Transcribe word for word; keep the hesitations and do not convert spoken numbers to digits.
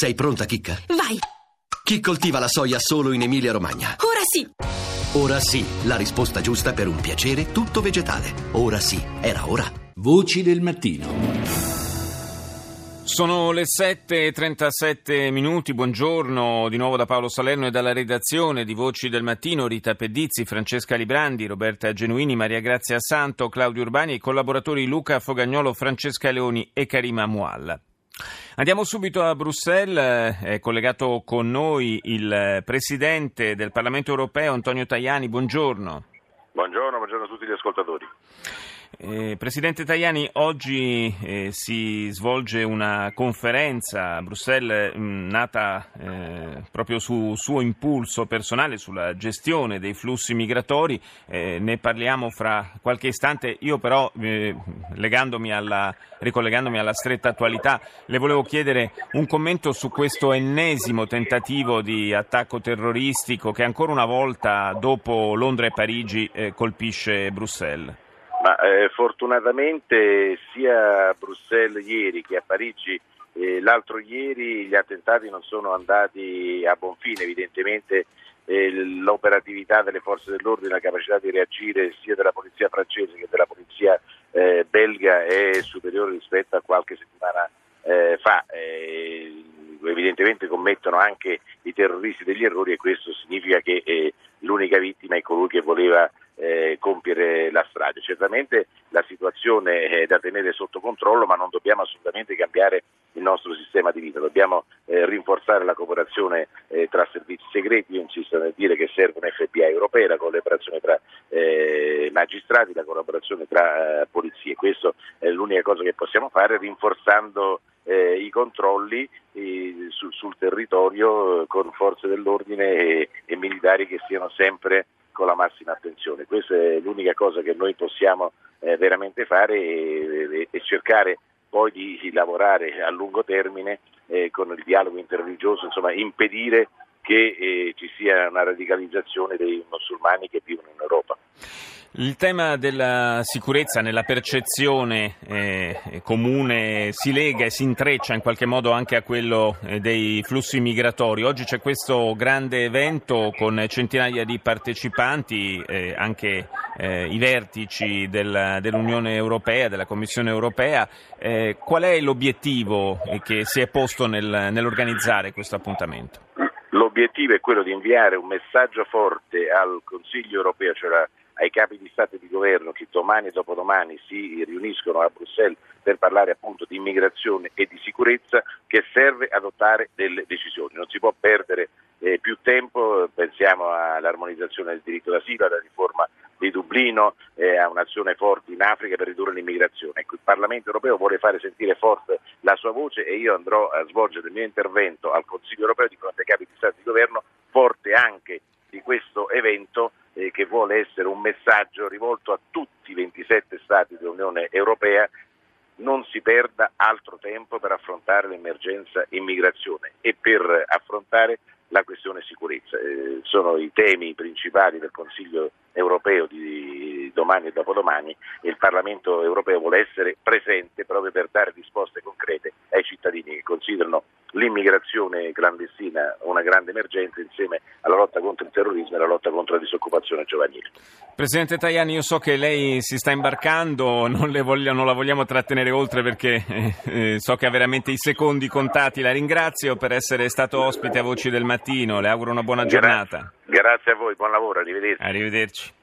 Sei pronta, Chicca? Vai! Chi coltiva la soia solo in Emilia-Romagna? Ora sì! Ora sì, la risposta giusta per un piacere tutto vegetale. Ora sì, era ora. Voci del mattino. Sono le sette e trentasette minuti, buongiorno di nuovo da Paolo Salerno e dalla redazione di Voci del Mattino, Rita Pedizzi, Francesca Librandi, Roberta Genuini, Maria Grazia Santo, Claudio Urbani e i collaboratori Luca Fogagnolo, Francesca Leoni e Karima Mualla. Andiamo subito a Bruxelles, è collegato con noi il Presidente del Parlamento Europeo Antonio Tajani, buongiorno. Buongiorno, buongiorno a tutti gli ascoltatori. Eh, Presidente Tajani, oggi eh, si svolge una conferenza a Bruxelles mh, nata eh, proprio su suo impulso personale sulla gestione dei flussi migratori, eh, ne parliamo fra qualche istante. Io però, eh, legandomi alla, ricollegandomi alla stretta attualità, le volevo chiedere un commento su questo ennesimo tentativo di attacco terroristico che ancora una volta, dopo Londra e Parigi, eh, colpisce Bruxelles. Ma eh, fortunatamente sia a Bruxelles ieri che a Parigi eh, l'altro ieri gli attentati non sono andati a buon fine. Evidentemente eh, l'operatività delle forze dell'ordine, la capacità di reagire sia della polizia francese che della polizia eh, belga è superiore rispetto a qualche settimana eh, fa. Eh, evidentemente commettono anche i terroristi degli errori e questo significa che eh, l'unica vittima è colui che voleva Eh, compiere la strage. Certamente la situazione è da tenere sotto controllo, ma non dobbiamo assolutamente cambiare il nostro sistema di vita, dobbiamo eh, rinforzare la cooperazione eh, tra servizi segreti. Io insisto nel dire che serve un F B I europeo, la collaborazione tra eh, magistrati, la collaborazione tra eh, polizie. Questa è l'unica cosa che possiamo fare, rinforzando eh, i controlli eh, su, sul territorio eh, con forze dell'ordine e, e militari che siano sempre con la massima attenzione. Questa è l'unica cosa che noi possiamo eh, veramente fare e, e, e cercare poi di, di lavorare a lungo termine eh, con il dialogo interreligioso, insomma impedire che eh, ci sia una radicalizzazione dei musulmani che vivono in Europa. Il tema della sicurezza nella percezione eh, comune si lega e si intreccia in qualche modo anche a quello eh, dei flussi migratori. Oggi c'è questo grande evento con centinaia di partecipanti, eh, anche eh, i vertici del, dell'Unione Europea, della Commissione Europea. Eh, qual è l'obiettivo che si è posto nel, nell'organizzare questo appuntamento? L'obiettivo è quello di inviare un messaggio forte al Consiglio Europeo, cioè la ai capi di Stato e di Governo che domani e dopodomani si riuniscono a Bruxelles per parlare appunto di immigrazione e di sicurezza, che serve adottare delle decisioni. Non si può perdere eh, più tempo, pensiamo all'armonizzazione del diritto d'asilo, alla riforma di Dublino, eh, a un'azione forte in Africa per ridurre l'immigrazione. Ecco, il Parlamento europeo vuole fare sentire forte la sua voce e io andrò a svolgere il mio intervento al Consiglio europeo di fronte ai capi di Stato e di Governo, forte anche di questo evento eh, che vuole essere un messaggio rivolto a tutti i ventisette Stati dell'Unione Europea. Non si perda altro tempo per affrontare l'emergenza immigrazione e per affrontare la questione sicurezza. Eh, sono i temi principali del Consiglio europeo di domani e dopodomani e il Parlamento europeo vuole essere presente proprio per dare risposte concrete ai cittadini che considerano l'immigrazione clandestina una grande emergenza insieme alla lotta contro il terrorismo e alla lotta contro la disoccupazione giovanile. Presidente Tajani, io so che lei si sta imbarcando, non, le voglio, non la vogliamo trattenere oltre perché eh, so che ha veramente i secondi contati. La ringrazio per essere stato ospite a Voci del Mattino, le auguro una buona giornata. Grazie, grazie a voi, buon lavoro, arrivederci. Arrivederci.